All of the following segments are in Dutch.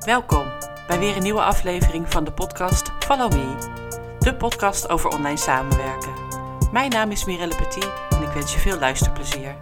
Welkom bij weer een nieuwe aflevering van de podcast Follow Me, de podcast over online samenwerken. Mijn naam is Mirelle Petit en ik wens je veel luisterplezier.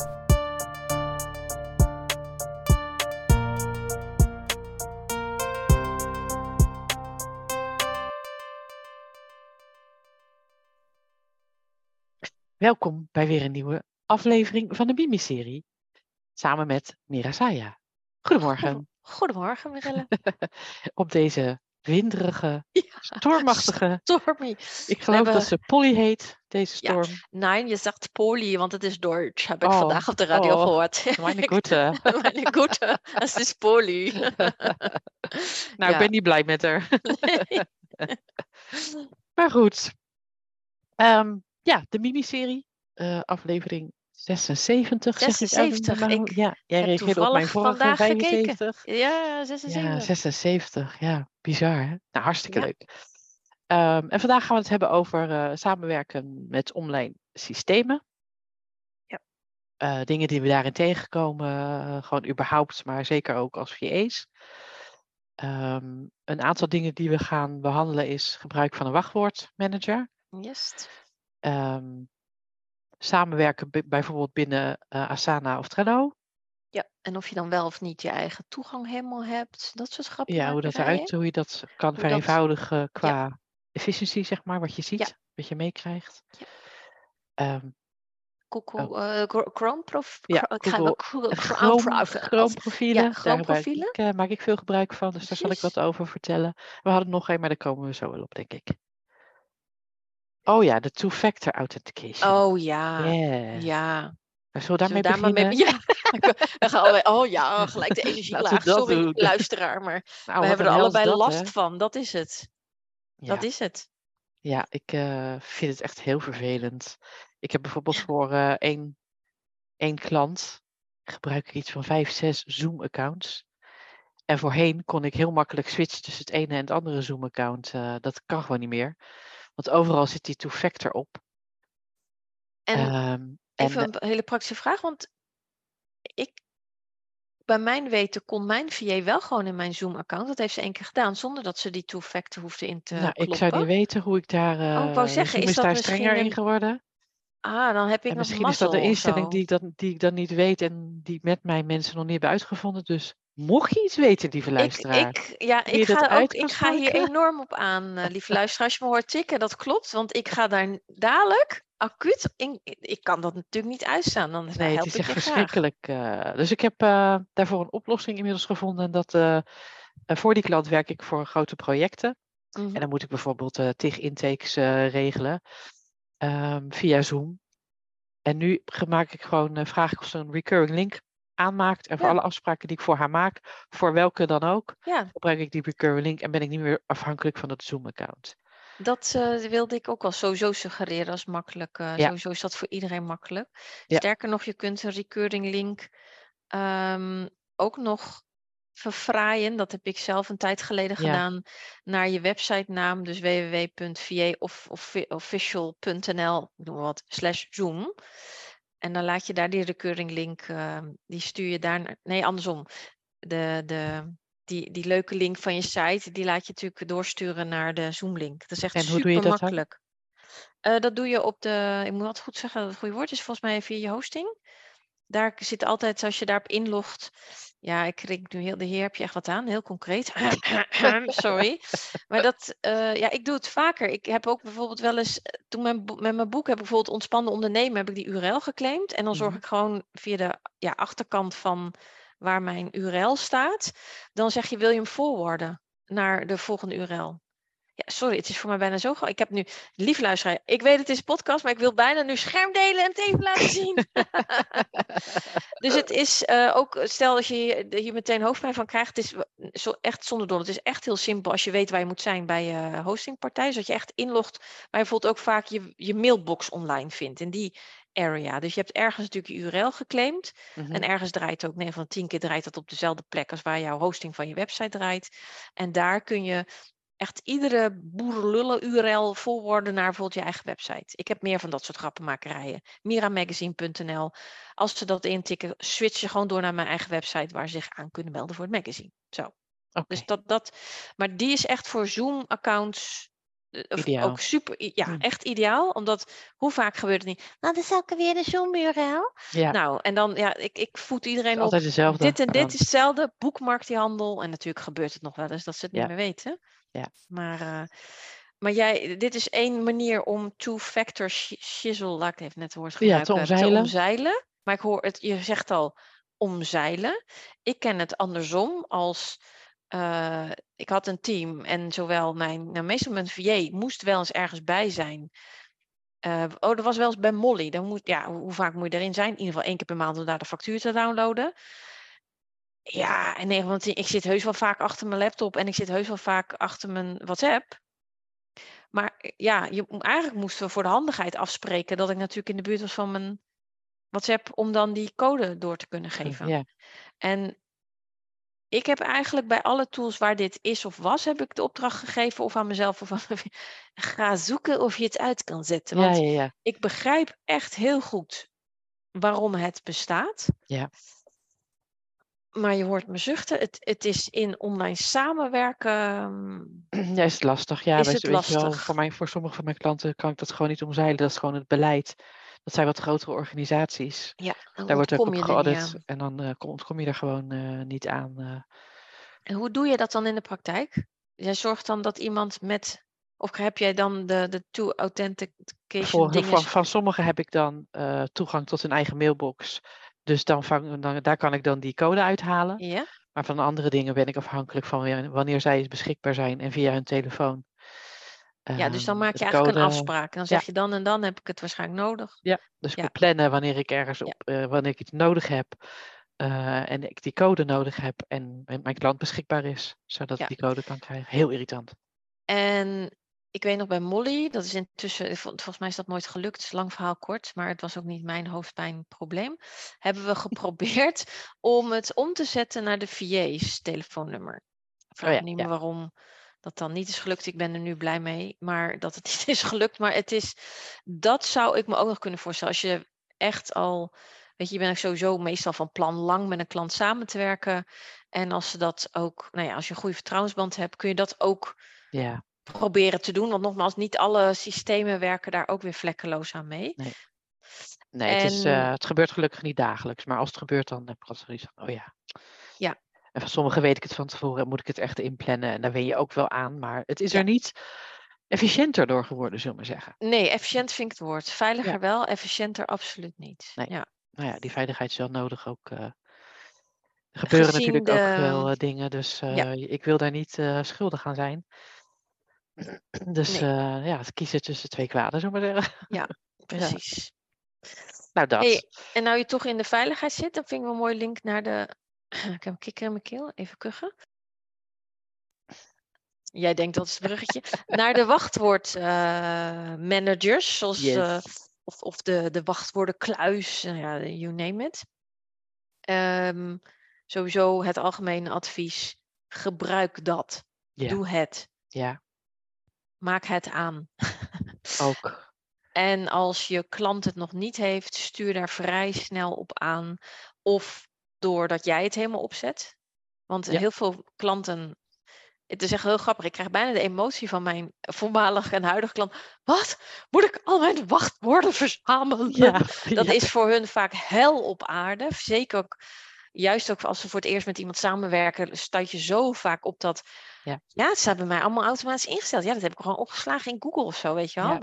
Welkom bij weer een nieuwe aflevering van de Mimi-serie, samen met Mira Saya. Goedemorgen. Goedemorgen, Mirelle. Op deze winderige, stormachtige... Stormy. Ik geloof dat ze Polly heet, deze storm. Ja, nee, je zegt Poli, want het is Duits, heb ik vandaag op de radio gehoord. Meine Gute. Meine Gute, het is Poli. Nou, ik ben niet blij met haar. Nee. Maar goed. De Mimi-serie, aflevering 76. 76. Ja, jij reageerde op mijn vorige 75. Gekeken. Ja, 76. Ja, 76. Ja, bizar hè? Nou, hartstikke leuk. En vandaag gaan we het hebben over samenwerken met online systemen. Ja. Dingen die we daarin tegenkomen, gewoon überhaupt, maar zeker ook als VA's. Een aantal dingen die we gaan behandelen is gebruik van een wachtwoordmanager. Yes. Samenwerken bijvoorbeeld binnen Asana of Trello. Ja, en of je dan wel of niet je eigen toegang helemaal hebt, dat soort grappen. Ja, hoe je dat kan vereenvoudigen qua efficiëntie, zeg maar, wat je ziet, wat je meekrijgt. Ja. Chrome profielen. Ja, Chrome profielen. Daar maak ik veel gebruik van, dus daar zal ik wat over vertellen. We hadden nog een, maar daar komen we zo wel op, denk ik. Oh ja, de two-factor authentication. Oh ja. Yeah. Ja. Zullen we daarmee beginnen? We gaan allebei, gelijk de energielaag. Sorry, luisteraar, maar we hebben er allebei last van. Dat is het. Ja. Dat is het. Ja, ik vind het echt heel vervelend. Ik heb bijvoorbeeld voor één klant gebruik ik iets van 5, 6 Zoom-accounts. En voorheen kon ik heel makkelijk switchen tussen het ene en het andere Zoom-account. Dat kan gewoon niet meer. Want overal zit die two-factor op. Even een hele praktische vraag, want bij mijn weten kon mijn VA wel gewoon in mijn Zoom-account. Dat heeft ze 1 keer gedaan, zonder dat ze die two-factor hoefde in te kloppen. Ik zou niet weten hoe ik daar... ik wou zeggen, is dat daar strenger in geworden? Dan heb ik en nog misschien mazzel is dat een instelling die ik dan niet weet en die met mij mensen nog niet hebben uitgevonden. Dus mocht je iets weten, lieve luisteraar. Ik ga hier enorm op aan, lieve luisteraar. Als je me hoort tikken, dat klopt. Want ik ga daar dadelijk acuut in. Ik kan dat natuurlijk niet uitstaan. Dan nee, het is echt verschrikkelijk. Dus ik heb daarvoor een oplossing inmiddels gevonden. En dat voor die klant werk ik voor grote projecten. Mm-hmm. En dan moet ik bijvoorbeeld TIG intakes regelen. Via Zoom. En nu vraag ik of ze een recurring link aanmaakt. En voor alle afspraken die ik voor haar maak, voor welke dan ook, gebruik ik die recurring link en ben ik niet meer afhankelijk van het Zoom-account. Dat wilde ik ook wel sowieso suggereren als makkelijk. Sowieso is dat voor iedereen makkelijk. Ja. Sterker nog, je kunt een recurring link ook nog verfraaien. Dat heb ik zelf een tijd geleden gedaan naar je website naam. Dus www.va.official.nl /Zoom. En dan laat je daar die recurring link, die stuur je daar. Nee, andersom. Die leuke link van je site, die laat je natuurlijk doorsturen naar de Zoom link. Dat is echt super makkelijk. Dat doe je op de, ik moet wat goed zeggen dat het goede woord is, volgens mij via je hosting. Daar zit altijd, als je daarop inlogt, ik kreeg nu heel, de heer heb je echt wat aan, heel concreet. Sorry. Maar ik doe het vaker. Ik heb ook bijvoorbeeld wel eens, toen met mijn boek heb ik bijvoorbeeld Ontspannen Ondernemen, heb ik die URL geclaimd. En dan zorg ik gewoon via de achterkant van waar mijn URL staat, dan zeg je wil je hem forwarden naar de volgende URL. Ja, sorry, het is voor mij bijna zo gewoon. Ik heb nu, lieve luisteraar, ik weet het is een podcast, maar ik wil bijna nu scherm delen en het even laten zien. Dus het is ook, stel als je hier meteen hoofdpijn van krijgt, het is echt zonder dolle. Het is echt heel simpel als je weet waar je moet zijn bij je hostingpartij, zodat je echt inlogt, waar je bijvoorbeeld ook vaak je mailbox online vindt, in die area. Dus je hebt ergens natuurlijk je URL geclaimd. Mm-hmm. En ergens draait ook 9 van de 10 keer draait dat op dezelfde plek als waar jouw hosting van je website draait. En daar kun je echt iedere boerenlullen URL forwarden naar bijvoorbeeld je eigen website. Ik heb meer van dat soort grappenmakerijen. Miramagazine.nl. Als ze dat intikken, switch je gewoon door naar mijn eigen website waar ze zich aan kunnen melden voor het magazine. Zo. Okay. Dus maar die is echt voor Zoom-accounts Ideaal. ook super, echt ideaal. Omdat, hoe vaak gebeurt het niet? Nou, dan zal ik weer de Zoom-URL. Ja. Nou, en dan, ik voed iedereen op. Altijd dezelfde. Dit en dit is hetzelfde. Boekmark die handel. En natuurlijk gebeurt het nog wel eens dat ze het niet meer weten. Ja. Maar dit is één manier om two-factor shizzle, laat ik even net het woord gebruiken, te omzeilen. Maar ik hoor het, je zegt al omzeilen. Ik ken het andersom als, ik had een team en zowel meestal mijn VA moest wel eens ergens bij zijn. Dat was wel eens bij Molly. Hoe vaak moet je erin zijn? In ieder geval 1 keer per maand om daar de factuur te downloaden. Ja, en 9 van 10, ik zit heus wel vaak achter mijn laptop en ik zit heus wel vaak achter mijn WhatsApp. Maar eigenlijk moesten we voor de handigheid afspreken dat ik natuurlijk in de buurt was van mijn WhatsApp om dan die code door te kunnen geven. Ja. En ik heb eigenlijk bij alle tools waar dit is of was, heb ik de opdracht gegeven of aan mezelf of aan ga zoeken of je het uit kan zetten. Want ik begrijp echt heel goed waarom het bestaat. Ja. Maar je hoort me zuchten. Het is in online samenwerken. Ja, is het lastig. Ja, is het lastig. Voor sommige van mijn klanten kan ik dat gewoon niet omzeilen. Dat is gewoon het beleid. Dat zijn wat grotere organisaties. Ja, daar wordt ook op geaudit. En dan kom je er gewoon niet aan. En hoe doe je dat dan in de praktijk? Jij zorgt dan dat iemand met... Of heb jij dan de two authentication dingen? Van sommigen heb ik dan toegang tot hun eigen mailbox. Dus daar kan ik dan die code uithalen. Ja. Maar van andere dingen ben ik afhankelijk van wanneer zij beschikbaar zijn en via hun telefoon. Dus dan maak je eigenlijk een afspraak. En dan zeg je dan en dan heb ik het waarschijnlijk nodig. Ja, dus ik moet plannen wanneer ik wanneer ik iets nodig heb. En ik die code nodig heb en mijn klant beschikbaar is. Zodat ik die code kan krijgen. Heel irritant. En ik weet nog bij Molly, dat is intussen, volgens mij is dat nooit gelukt, lang verhaal kort, maar het was ook niet mijn hoofdpijnprobleem. Hebben we geprobeerd om het om te zetten naar de VA's telefoonnummer. Ik vraag me niet meer waarom dat dan niet is gelukt. Ik ben er nu blij mee, maar dat het niet is gelukt. Maar dat zou ik me ook nog kunnen voorstellen. Als je echt al, weet je bent ook sowieso meestal van plan lang met een klant samen te werken. En als ze dat ook, als je een goede vertrouwensband hebt, kun je dat ook proberen te doen. Want nogmaals, niet alle systemen werken daar ook weer vlekkeloos aan mee. Nee, het gebeurt gelukkig niet dagelijks. Maar als het gebeurt, dan heb ik altijd zoiets van, Ja. En van sommigen weet ik het van tevoren en moet ik het echt inplannen. En daar wen je ook wel aan. Maar het is er niet efficiënter door geworden, zullen we maar zeggen. Nee, efficiënt vind ik het woord. Veiliger wel, efficiënter absoluut niet. Nee. Ja. Nou ja, die veiligheid is wel nodig ook. Er gebeuren natuurlijk ook veel dingen. Dus ik wil daar niet schuldig aan zijn. Dus het kiezen tussen 2 kwaden, zullen we maar zeggen. Ja, precies. Nou, dat. Hey, en nou je toch in de veiligheid zit, dan vind ik wel een mooi link naar de... Ik heb een kikker in mijn keel, even kuchen. Jij denkt dat is het bruggetje. Naar de wachtwoordmanagers, zoals of de wachtwoordenkluis, you name it. Sowieso het algemene advies, gebruik dat. Doe het. Ja. Maak het aan. Ook. En als je klant het nog niet heeft, stuur daar vrij snel op aan. Of doordat jij het helemaal opzet. Want heel veel klanten... Het is echt heel grappig. Ik krijg bijna de emotie van mijn voormalige en huidige klant. Wat? Moet ik al mijn wachtwoorden verzamelen? Dat is voor hun vaak hel op aarde. Zeker ook, juist ook als ze voor het eerst met iemand samenwerken, stuit je zo vaak op dat... Ja, het staat bij mij allemaal automatisch ingesteld. Ja, dat heb ik gewoon opgeslagen in Google of zo, weet je wel.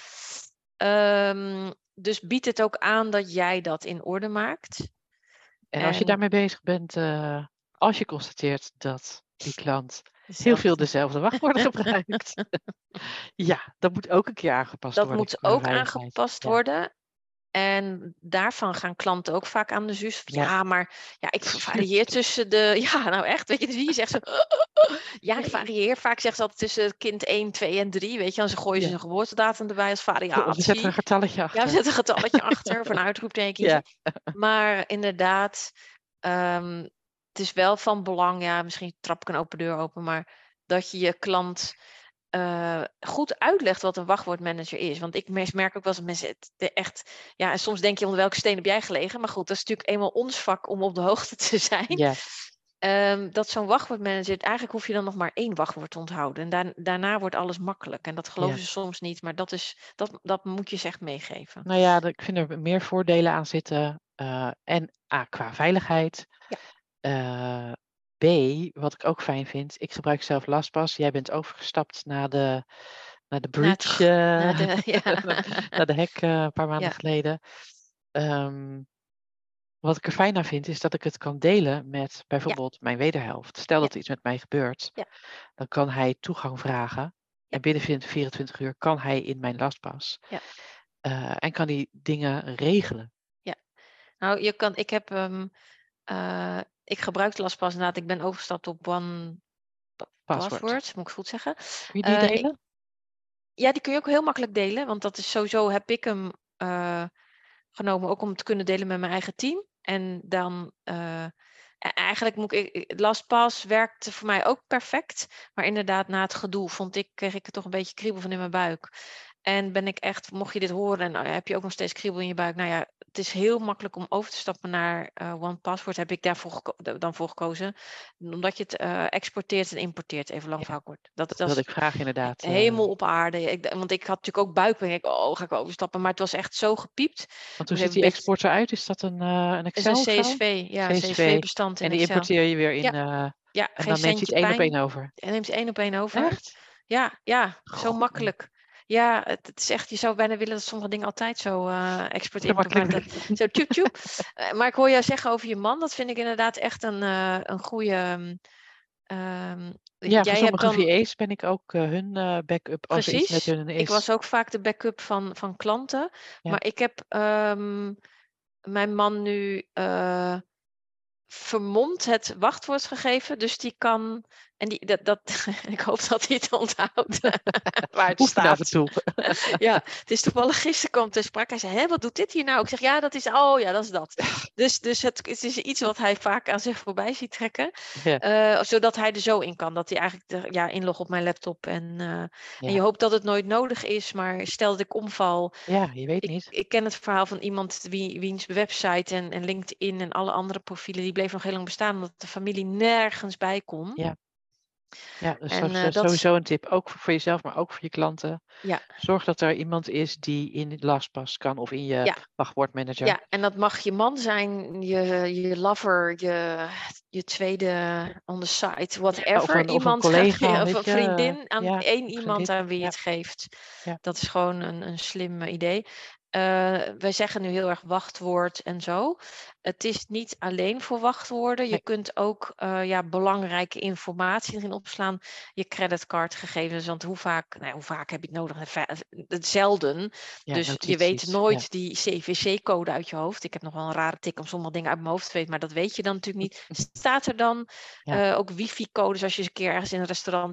Dus bied het ook aan dat jij dat in orde maakt. En als je daarmee bezig bent, als je constateert dat die klant heel veel dezelfde wachtwoorden gebruikt. Dat moet ook een keer aangepast worden. Dat moet ook aangepast worden. En daarvan gaan klanten ook vaak aan de zus. Maar ik varieer tussen de... Ja, nou echt, weet je, wie zegt zo... ik varieer. Vaak zegt ze altijd tussen kind 1, 2 en 3, weet je. En ze gooien ze een geboortedatum erbij als variatie. We zetten een getalletje achter. Ja, we zetten een getalletje achter, of een uitroepteken. Maar inderdaad, het is wel van belang, misschien trap ik een open deur open, maar dat je je klant goed uitlegt wat een wachtwoordmanager is. Want ik merk ook wel eens dat mensen het echt... Ja, en soms denk je, onder welke steen heb jij gelegen? Maar goed, dat is natuurlijk eenmaal ons vak om op de hoogte te zijn. Dat zo'n wachtwoordmanager, eigenlijk hoef je dan nog maar 1 wachtwoord te onthouden. En daarna wordt alles makkelijk. En dat geloven ze soms niet, maar dat moet je ze echt meegeven. Nou ja, ik vind er meer voordelen aan zitten. En qua veiligheid. Ja. B, wat ik ook fijn vind, ik gebruik zelf LastPass. Jij bent overgestapt naar de breach, Naar naar de hack een paar maanden Ja. geleden. Wat ik er fijn aan vind, is dat ik het kan delen met bijvoorbeeld mijn wederhelft. Stel dat er iets met mij gebeurt, dan kan hij toegang vragen. En binnen 24 uur kan hij in mijn LastPass. En kan hij dingen regelen. Ja, nou, ik gebruik LastPass inderdaad. Ik ben overgestapt op OnePassword, moet ik goed zeggen. Kun je die delen? Ja, die kun je ook heel makkelijk delen. Want dat is sowieso, heb ik hem genomen ook om te kunnen delen met mijn eigen team. En dan eigenlijk LastPass werkte voor mij ook perfect. Maar inderdaad, na het gedoe kreeg ik er toch een beetje kriebel van in mijn buik. En ben ik echt, mocht je dit horen en heb je ook nog steeds kriebel in je buik. Nou ja, het is heel makkelijk om over te stappen naar OnePassword. Heb ik daarvoor dan voor gekozen. Omdat je het exporteert en importeert even lang verhaal kort. Dat wilde ik graag inderdaad. Hemel op aarde. Want ik had natuurlijk ook buikpijn. Ga ik overstappen. Maar het was echt zo gepiept. Want hoe ziet die export eruit? Is dat een Excel? Het is een CSV. Ja, CSV-bestand in En die Excel. importeer je weer in. Ja, en dan neemt hij het 1 op 1 over. En neemt het 1 op 1 over. Echt? Ja, zo makkelijk. Ja, het is echt, je zou bijna willen dat sommige dingen altijd zo exporteren. Zo tjoep tjoep. Maar ik hoor jou zeggen over je man. Dat vind ik inderdaad echt een goede... voor sommige VA's ben ik ook hun backup als er iets met hun is. Ik was ook vaak de backup van klanten. Ja. Maar ik heb mijn man nu vermomd het wachtwoord gegeven. Dus die kan... En ik hoop dat hij het onthoudt. Waar het staat. Af en toe. Ja, het is toevallig gisteren kwam ter sprake. Hij zei, wat doet dit hier nou? Ik zeg, dat is dat. Dus het is iets wat hij vaak aan zich voorbij ziet trekken. Zodat hij er zo in kan. Dat hij eigenlijk inloggt op mijn laptop. En je hoopt dat het nooit nodig is. Maar stel dat ik omval. Ja, je weet niet. Ik ken het verhaal van iemand wiens website en LinkedIn en alle andere profielen. Die bleef nog heel lang bestaan. Omdat de familie nergens bij kon. Ja, dus dat is sowieso een tip. Ook voor jezelf, maar ook voor je klanten. Ja. Zorg dat er iemand is die in LastPass kan of in je wachtwoordmanager. Ja, en dat mag je man zijn, je lover, je tweede on the side, whatever. Of een collega. Of een vriendin, iemand aan wie je het geeft. Ja. Dat is gewoon een slim idee. Wij zeggen nu heel erg wachtwoord en zo. Het is niet alleen voor wachtwoorden. Je kunt ook belangrijke informatie erin opslaan. Je creditcardgegevens. Want hoe vaak heb je het nodig? Zelden. Ja, dus notities, je weet nooit die CVC-code uit je hoofd. Ik heb nog wel een rare tik om sommige dingen uit mijn hoofd te weten. Maar dat weet je dan natuurlijk niet. Staat er dan ook wifi-codes als je eens een keer ergens in een restaurant...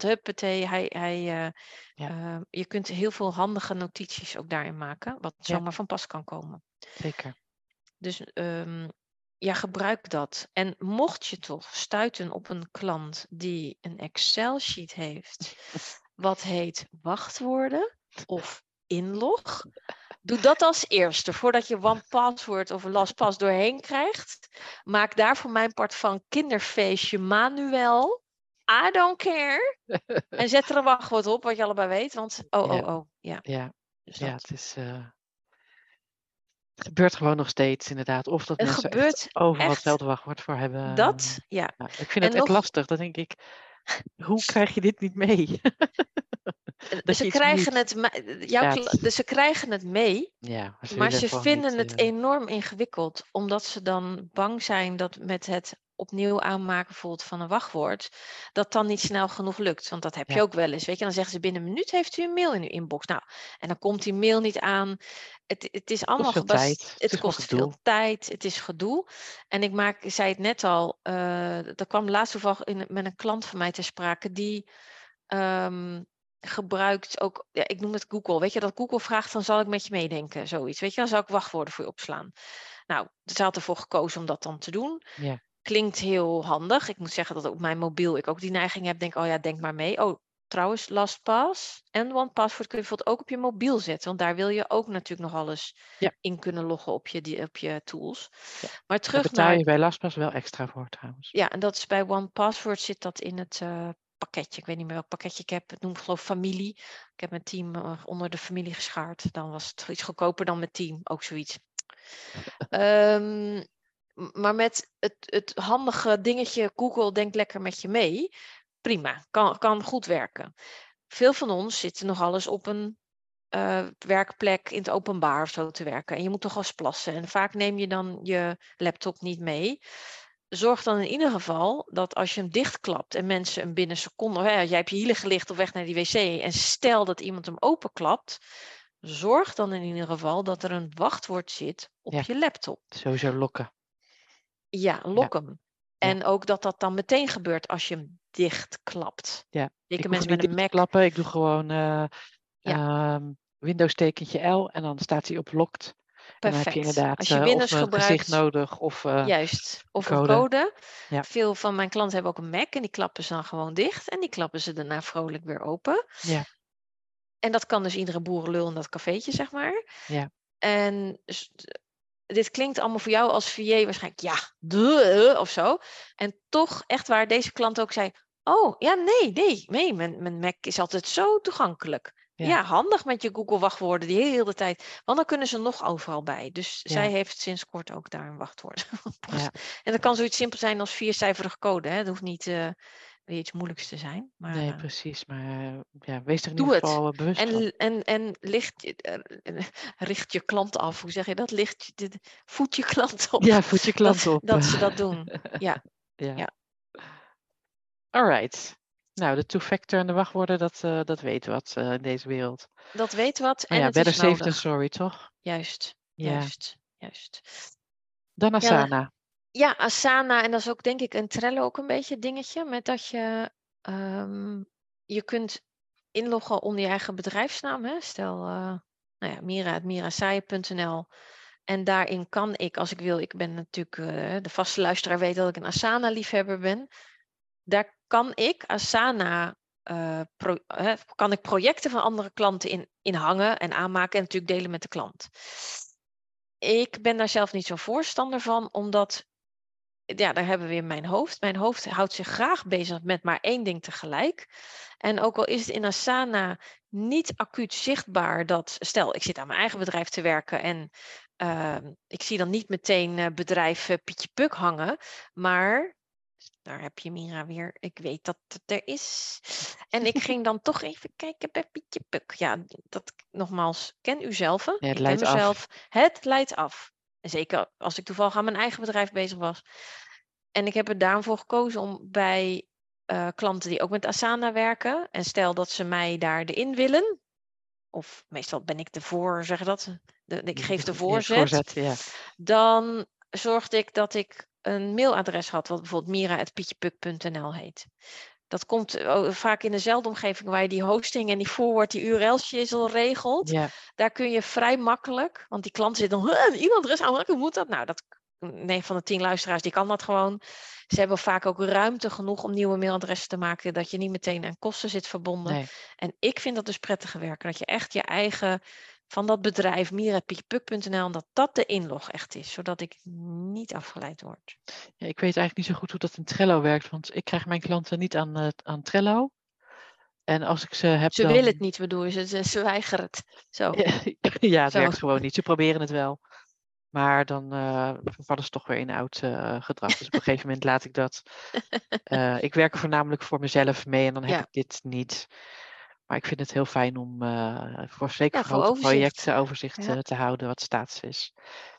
je kunt heel veel handige notities ook daarin maken. Wat zomaar van pas kan komen. Zeker. Dus gebruik dat. En mocht je toch stuiten op een klant die een Excel-sheet heeft... wat heet wachtwoorden of inlog... Doe dat als eerste, voordat je OnePassword of LastPass doorheen krijgt. Maak daar voor mijn part van kinderfeestje manuel... I don't care. En zet er een wachtwoord op, wat je allebei weet. Want, Ja, het is... Het gebeurt gewoon nog steeds, inderdaad. Of dat mensen echt overal hetzelfde wachtwoord voor hebben. Dat, ja. Ik vind het echt lastig. Dan denk ik, hoe krijg je dit niet mee? Ze krijgen het mee, maar ze vinden het enorm ingewikkeld. Omdat ze dan bang zijn dat met het opnieuw aanmaken bijvoorbeeld van een wachtwoord, dat dan niet snel genoeg lukt. Want dat heb je ook wel eens. Weet je, dan zeggen ze binnen een minuut heeft u een mail in uw inbox. Nou, en dan komt die mail niet aan. Het is allemaal gebaseerd. Het kost veel tijd. Het is gedoe. En ik zei het net al, er kwam laatst toevallig met een klant van mij ter sprake die gebruikt ook, ik noem het Google. Weet je, dat Google vraagt, dan zal ik met je meedenken. Zoiets. Weet je, dan zal ik wachtwoorden voor je opslaan. Nou, ze had ervoor gekozen om dat dan te doen. Ja. Klinkt heel handig. Ik moet zeggen dat op mijn mobiel ik ook die neiging heb. Denk maar mee. Oh, trouwens, LastPass en OnePassword kun je bijvoorbeeld ook op je mobiel zetten. Want daar wil je ook natuurlijk nog alles in kunnen loggen op je tools. Ja. Maar Daar terug betaal naar... je bij LastPass wel extra voor trouwens. Ja, en dat is bij OnePassword zit dat in het pakketje. Ik weet niet meer welk pakketje ik heb. Het noemt geloof ik familie. Ik heb mijn team onder de familie geschaard. Dan was het iets goedkoper dan mijn team. Ook zoiets. Maar met het handige dingetje Google denkt lekker met je mee. Prima, kan goed werken. Veel van ons zitten nog alles op een werkplek in het openbaar of zo te werken. En je moet toch eens plassen. En vaak neem je dan je laptop niet mee. Zorg dan in ieder geval dat als je hem dichtklapt en mensen hem binnen een seconde... jij hebt je hielen gelicht op weg naar die wc en stel dat iemand hem openklapt... Zorg dan in ieder geval dat er een wachtwoord zit op je laptop. Sowieso lokken. Ja, lok hem. En ook dat dan meteen gebeurt als je hem dichtklapt. Ja, Zeker ik mensen hoef met niet een Mac. klappen. Ik doe gewoon Windows tekentje L en dan staat hij op locked. Perfect. En dan heb je inderdaad als je Windows of een gebruikt, gezicht nodig of juist, of code. een code. Ja. Veel van mijn klanten hebben ook een Mac en die klappen ze dan gewoon dicht. En die klappen ze daarna vrolijk weer open. Ja. En dat kan dus iedere boerenlul in dat cafeetje, zeg maar. Ja. En dit klinkt allemaal voor jou als VA waarschijnlijk of zo. En toch, echt waar, deze klant ook zei... Oh, ja, nee, mijn Mac is altijd zo toegankelijk. Ja, handig met je Google wachtwoorden die hele tijd. Want dan kunnen ze nog overal bij. Dus zij heeft sinds kort ook daar een wachtwoord. En dat kan zoiets simpel zijn als 4-cijferige code. Hè. Dat hoeft niet weer iets moeilijks te zijn. Maar, nee, precies. Maar wees er in doe ieder geval bewust van. En richt je klant af. Hoe zeg je dat? Voed je klant op. Ja, voed je klant op. Dat ze dat doen. Ja. Alright. Nou, de two-factor en de wachtwoorden, dat weten wat in deze wereld. Dat weet wat en het better is safe nodig. than sorry, toch? Juist. Dan Asana. Ja, Asana. En dat is ook denk ik in Trello ook een beetje het dingetje. Met dat je kunt inloggen onder je eigen bedrijfsnaam. Hè? Stel, mira@mirasaaien.nl. En daarin kan ik, als ik wil, ik ben natuurlijk, de vaste luisteraar weet dat ik een Asana-liefhebber ben. Daar kan ik Asana, kan ik projecten van andere klanten in hangen en aanmaken en natuurlijk delen met de klant. Ik ben daar zelf niet zo voorstander van, omdat, daar hebben we weer mijn hoofd. Mijn hoofd houdt zich graag bezig met maar één ding tegelijk. En ook al is het in Asana niet acuut zichtbaar dat, stel ik zit aan mijn eigen bedrijf te werken en ik zie dan niet meteen bedrijf Pietje Puk hangen, maar daar heb je Mira weer. Ik weet dat het er is. En ik ging dan toch even kijken bij Pietje Puk. Ja, dat nogmaals, ken u zelf. Ja, ik ken mezelf. Het leidt af. En zeker als ik toevallig aan mijn eigen bedrijf bezig was. En ik heb er daarom voor gekozen om bij klanten die ook met Asana werken. En stel dat ze mij daar in willen. Of meestal ben ik ik geef de voorzet. Dan zorgde ik dat ik een mailadres had, wat bijvoorbeeld mira@pietjepuk.nl heet. Dat komt vaak in dezelfde omgeving waar je die hosting en die forward, die URL'tjes al regelt. Ja. Daar kun je vrij makkelijk, want die klant zit dan, een e-mailadres aanmaken, hoe moet dat? Nou, 9 van de 10 luisteraars, die kan dat gewoon. Ze hebben vaak ook ruimte genoeg om nieuwe mailadressen te maken, dat je niet meteen aan kosten zit verbonden. Nee. En ik vind dat dus prettige werken, dat je echt je eigen, van dat bedrijf, mira@pietjepuk.nl, dat de inlog echt is, zodat ik niet afgeleid word. Ja, ik weet eigenlijk niet zo goed hoe dat in Trello werkt, want ik krijg mijn klanten niet aan Trello. En als ik ze heb Ze willen het niet, bedoel je, ze weigeren het. Zo. Ja, het werkt gewoon niet. Ze proberen het wel. Maar dan vallen ze toch weer in oud gedrag. Dus op een gegeven moment laat ik dat. Ik werk er voornamelijk voor mezelf mee en dan heb ik dit niet. Maar ik vind het heel fijn om voor zeker grote projecten overzicht te houden wat status is.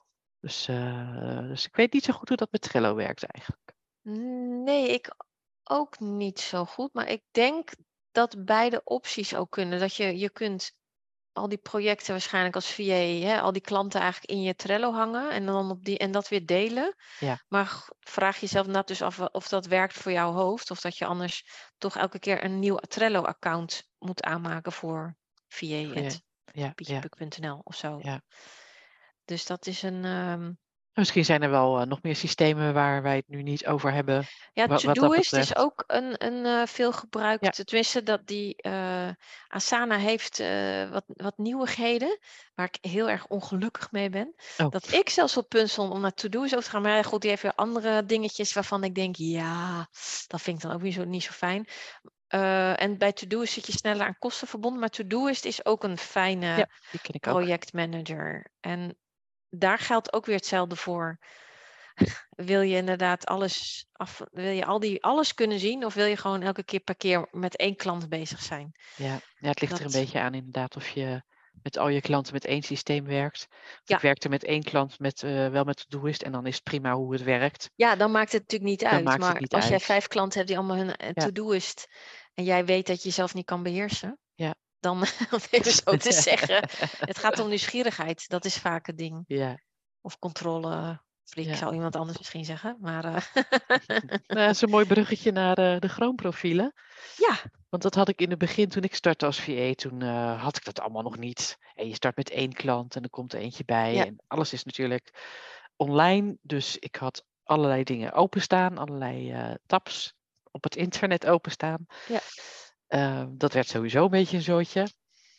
Dus ik weet niet zo goed hoe dat met Trello werkt eigenlijk. Nee, ik ook niet zo goed. Maar ik denk dat beide opties ook kunnen. Dat je kunt al die projecten waarschijnlijk als VA, al die klanten eigenlijk in je Trello hangen en dan en dat weer delen. Ja. Maar vraag jezelf inderdaad dus af of dat werkt voor jouw hoofd, of dat je anders toch elke keer een nieuw Trello-account moet aanmaken voor VA@pietjepuk.nl of zo. Ja. Dus dat is een. Misschien zijn er wel nog meer systemen waar wij het nu niet over hebben, Ja, wat dat Todoist is betreft. ook een veel gebruikt, Ja. tenminste dat die Asana heeft wat nieuwigheden, waar ik heel erg ongelukkig mee ben. Oh, Dat ik zelfs op punt stond om naar Todoist over te gaan. Maar ja, goed, die heeft weer andere dingetjes waarvan ik denk, ja, dat vind ik dan ook niet zo fijn. En bij Todoist zit je sneller aan kosten verbonden, maar Todoist is ook een ja, fijne die ken ik ook. projectmanager. En daar geldt ook weer hetzelfde voor. Wil je inderdaad wil je alles kunnen zien of wil je gewoon elke keer per keer met één klant bezig zijn? Ja, het ligt er een beetje aan inderdaad of je met al je klanten met één systeem werkt. Want Ja. ik werkte met één klant wel met Todoist en dan is het prima hoe het werkt. Ja, dan maakt het natuurlijk niet Dan uit. maakt het Maar niet als jij uit. 5 klanten hebt die allemaal hun to-doist en jij weet dat je jezelf niet kan beheersen, Ja. dan om even zo te zeggen, het gaat om nieuwsgierigheid. Dat is vaak het ding. Ja. Of controle. Ik zou iemand anders misschien zeggen. Maar, Nou, dat is een mooi bruggetje naar de Chrome-profielen. Ja. Want dat had ik in het begin toen ik startte als VA. Toen had ik dat allemaal nog niet. En je start met één klant en er komt er eentje bij. Ja. En alles is natuurlijk online. Dus ik had allerlei dingen openstaan. Allerlei tabs op het internet openstaan. Ja. Dat werd sowieso een beetje een zootje.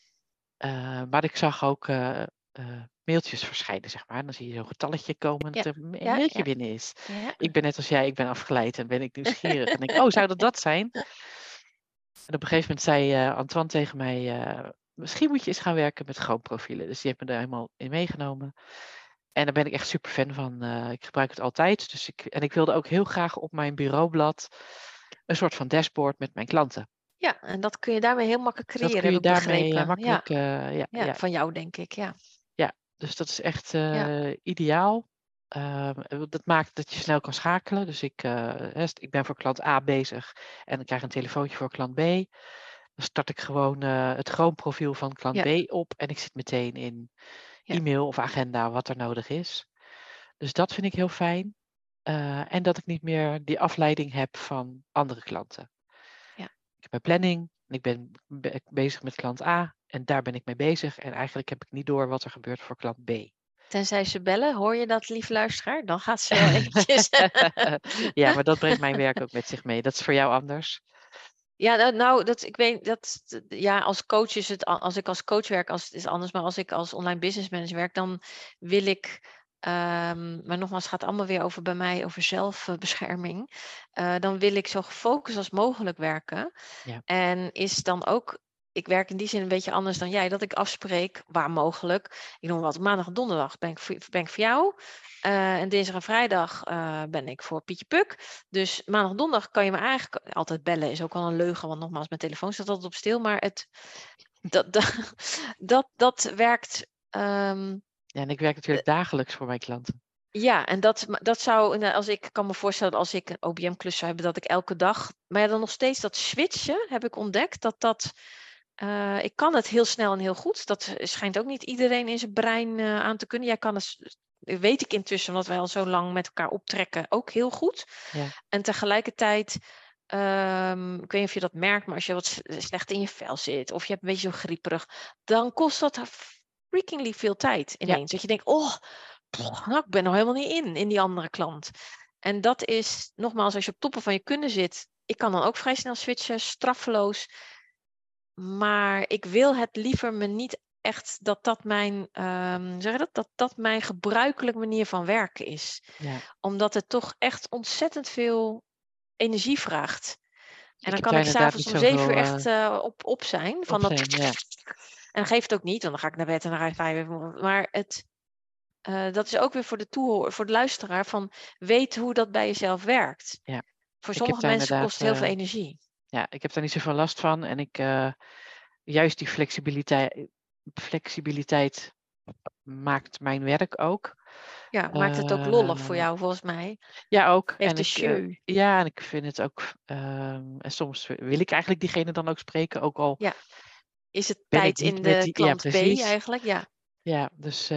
Maar ik zag ook mailtjes verschijnen, zeg maar. Dan zie je zo'n getalletje komen dat er een mailtje binnen is. Ja. Ik ben net als jij, ik ben afgeleid en ben ik nieuwsgierig. En denk, zou dat zijn? En op een gegeven moment zei Antoine tegen mij, misschien moet je eens gaan werken met Chrome-profielen. Dus die heeft me daar helemaal in meegenomen. En daar ben ik echt super fan van. Ik gebruik het altijd. Dus ik wilde ook heel graag op mijn bureaublad een soort van dashboard met mijn klanten. Ja, en dat kun je daarmee heel makkelijk creëren, Dat kun je heb ik daarmee begrepen. makkelijk. Van jou denk ik, ja. Ja, dus dat is echt ideaal. Dat maakt dat je snel kan schakelen. Dus ik ben voor klant A bezig en dan krijg ik een telefoontje voor klant B. Dan start ik gewoon het Chrome-profiel van klant B op en ik zit meteen in e-mail of agenda wat er nodig is. Dus dat vind ik heel fijn. En dat ik niet meer die afleiding heb van andere klanten. Ja. Ik heb mijn planning en ik ben bezig met klant A en daar ben ik mee bezig. En eigenlijk heb ik niet door wat er gebeurt voor klant B. Tenzij ze bellen, hoor je dat, lief luisteraar? Dan gaat ze eventjes... Ja, maar dat brengt mijn werk ook met zich mee. Dat is voor jou anders. Ja, ik weet dat, ja, als coach is het, als ik als coach werk, is het anders. Maar als ik als online business manager werk, dan wil ik, maar nogmaals, het gaat allemaal weer over bij mij, over zelfbescherming. Dan wil ik zo gefocust als mogelijk werken. Ja. En is dan ook, ik werk in die zin een beetje anders dan jij, dat ik afspreek, waar mogelijk. Ik noem wat, maandag en donderdag ben ik voor jou. En dinsdag en vrijdag ben ik voor Pietje Puk. Dus maandag en donderdag kan je me eigenlijk altijd bellen. Is ook al een leugen, want nogmaals, mijn telefoon staat altijd op stil. Maar dat werkt. Ja, en ik werk natuurlijk dagelijks voor mijn klanten. Ja, en dat zou, als ik kan me voorstellen, als ik een OBM-klus zou hebben, dat ik elke dag. Maar ja, dan nog steeds dat switchen heb ik ontdekt. Ik kan het heel snel en heel goed. Dat schijnt ook niet iedereen in zijn brein aan te kunnen. Jij kan het, weet ik intussen, omdat wij al zo lang met elkaar optrekken, ook heel goed. Ja. En tegelijkertijd, ik weet niet of je dat merkt, maar als je wat slecht in je vel zit, of je hebt een beetje zo grieperig, dan kost dat freakingly veel tijd ineens. Dat je denkt, nou, ik ben nog helemaal niet in die andere klant. En dat is, nogmaals, als je op toppen van je kunnen zit, ik kan dan ook vrij snel switchen, straffeloos. Maar ik wil het liever me niet echt dat mijn, dat mijn gebruikelijke manier van werken is. Ja. Omdat het toch echt ontzettend veel energie vraagt. En dan kan ik inderdaad s'avonds om 7 uur echt op zijn. Van dat. Ja. En dan geeft het ook niet, want dan ga ik naar bed en dan ga ik 5 uur. Maar dat is ook weer voor de luisteraar van weet hoe dat bij jezelf werkt. Ja. Voor sommige mensen kost het heel veel energie. Ja, ik heb daar niet zoveel last van. En ik juist die flexibiliteit maakt mijn werk ook. Ja, maakt het ook lollig voor jou volgens mij. Ja, ook. Heeft de show. Ja, en ik vind het ook. En soms wil ik eigenlijk diegene dan ook spreken, ook al. Ja. Is het tijd in de klant B eigenlijk? Ja. Ja, dus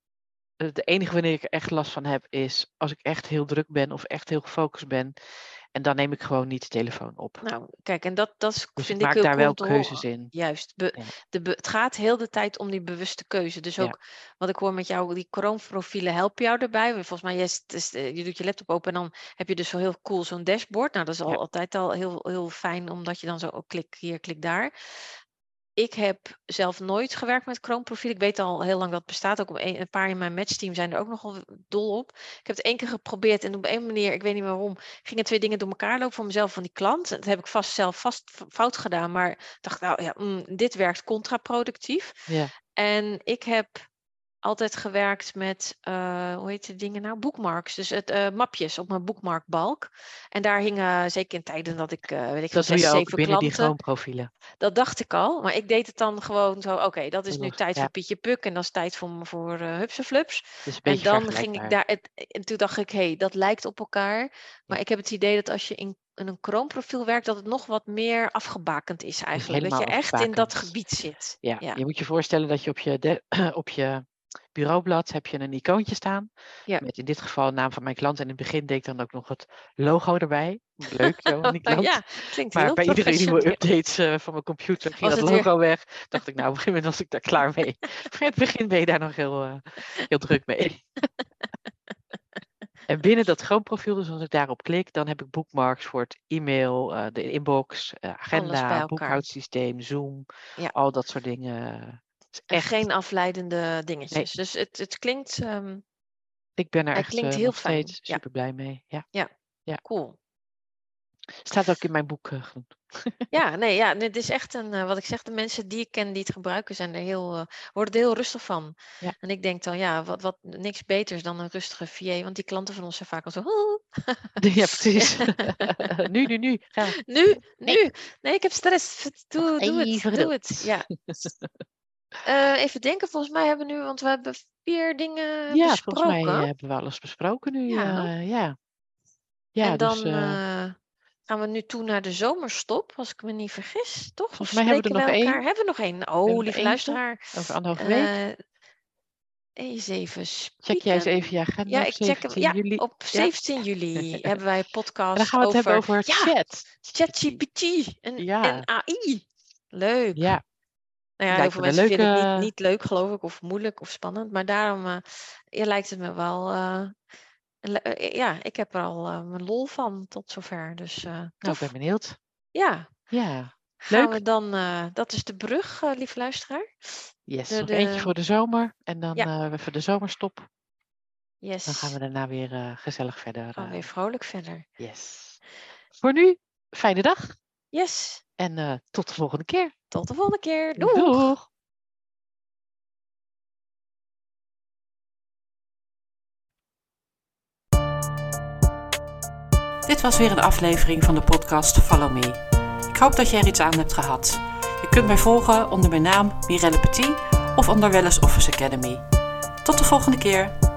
het enige wanneer ik er echt last van heb is als ik echt heel druk ben of echt heel gefocust ben En dan neem ik gewoon niet de telefoon op. Nou, kijk, en dat Dus vind ik ik maak heel daar cool wel om te horen. keuzes in. Juist. Ja. Het gaat heel de tijd om die bewuste keuze. Dus Ja. ook wat ik hoor met jou, die Chrome-profielen helpen jou erbij. Volgens mij, je doet je laptop open en dan heb je dus zo heel cool zo'n dashboard. Nou, dat is altijd al heel, heel fijn, omdat je dan zo klik hier, klik daar. Ik heb zelf nooit gewerkt met Chrome-profiel. Ik weet al heel lang dat het bestaat. Ook een paar in mijn matchteam zijn er ook nogal dol op. Ik heb het 1 keer geprobeerd en op een manier, ik weet niet waarom, gingen 2 dingen door elkaar lopen voor mezelf van die klant. Dat heb ik zelf fout gedaan, maar dacht, nou ja, dit werkt contraproductief. Ja. En ik heb altijd gewerkt met, hoe heet die dingen nou? Bookmarks. Dus mapjes op mijn bookmarkbalk. En daar hingen, zeker in tijden dat ik, weet ik veel, 6, 7 klanten. Binnen die Chrome-profielen. Dat dacht ik al, maar ik deed het dan gewoon zo, oké, dat is nu tijd Ja. voor Pietje Puk en dat is tijd voor Hupseflups. Dus een En beetje dan ging ik daar, en toen dacht ik, dat lijkt op elkaar. Maar ik heb het idee dat als je in een Chrome-profiel werkt, dat het nog wat meer afgebakend is eigenlijk. Dat je echt in dat gebied zit. Ja. Ja. Je moet je voorstellen dat je op je bureaublad heb je een icoontje staan. Ja. Met in dit geval de naam van mijn klant. En in het begin deed ik dan ook nog het logo erbij. Leuk, zo, die klant. Ja, klinkt maar heel bij iedere nieuwe professioneel. updates van mijn computer ging Was dat het logo weg. Dacht ik, nou, op een gegeven moment was ik daar klaar mee. Maar in het begin ben je daar nog heel druk mee. En binnen dat Chrome-profiel, dus als ik daarop klik, dan heb ik bookmarks voor het e-mail, de inbox, Alles bij agenda, elkaar. boekhoudsysteem, Zoom, Ja. al dat soort dingen. En Echt, geen afleidende dingetjes. Nee. Dus het klinkt, ik ben er hij echt klinkt heel nog fijn. steeds Ja. super blij mee. Ja. Cool. Staat ook in mijn boek genoemd. Ja, nee, dit is echt wat ik zeg, de mensen die ik ken die het gebruiken, zijn er worden er heel rustig van. Ja. En ik denk dan, ja, wat niks beters dan een rustige VA, want die klanten van ons zijn vaak al zo. Ja, precies. Nu. Ga. Nu. Nee, ik heb stress. Doe het. Ja. Even denken, volgens mij hebben we nu, want we hebben 4 dingen Ja, besproken. volgens mij hebben we alles besproken nu. Ja. Ja, En dan dus, gaan we nu toe naar de zomerstop, als ik me niet vergis, toch? Volgens mij hebben we er nog 1. Hebben we nog 1? Oh, lieve luisteraar. Over 1,5 week. Eens even spieken. Check jij eens even je agenda ik check hem. Ja, juli. op 17 juli hebben wij een podcast en dan gaan we het hebben over chat. ChatGPT en AI. Leuk. Ja. Nou ja, heel veel mensen vinden het niet leuk, geloof ik, of moeilijk of spannend. Maar daarom lijkt het me wel... ik heb er al mijn lol van tot zover. Dus nou, ik ben benieuwd. Ja. Gaan we dan... dat is de brug, lieve luisteraar. Yes, nog eentje voor de zomer. En dan even de zomerstop. Yes. Dan gaan we daarna weer gezellig verder. Gaan we weer vrolijk verder. Yes. Voor nu, fijne dag. Yes. En tot de volgende keer. Tot de volgende keer. Doeg. Doeg. Dit was weer een aflevering van de podcast Follow Me. Ik hoop dat je er iets aan hebt gehad. Je kunt mij volgen onder mijn naam Mirelle Petit of onder Wellness Office Academy. Tot de volgende keer.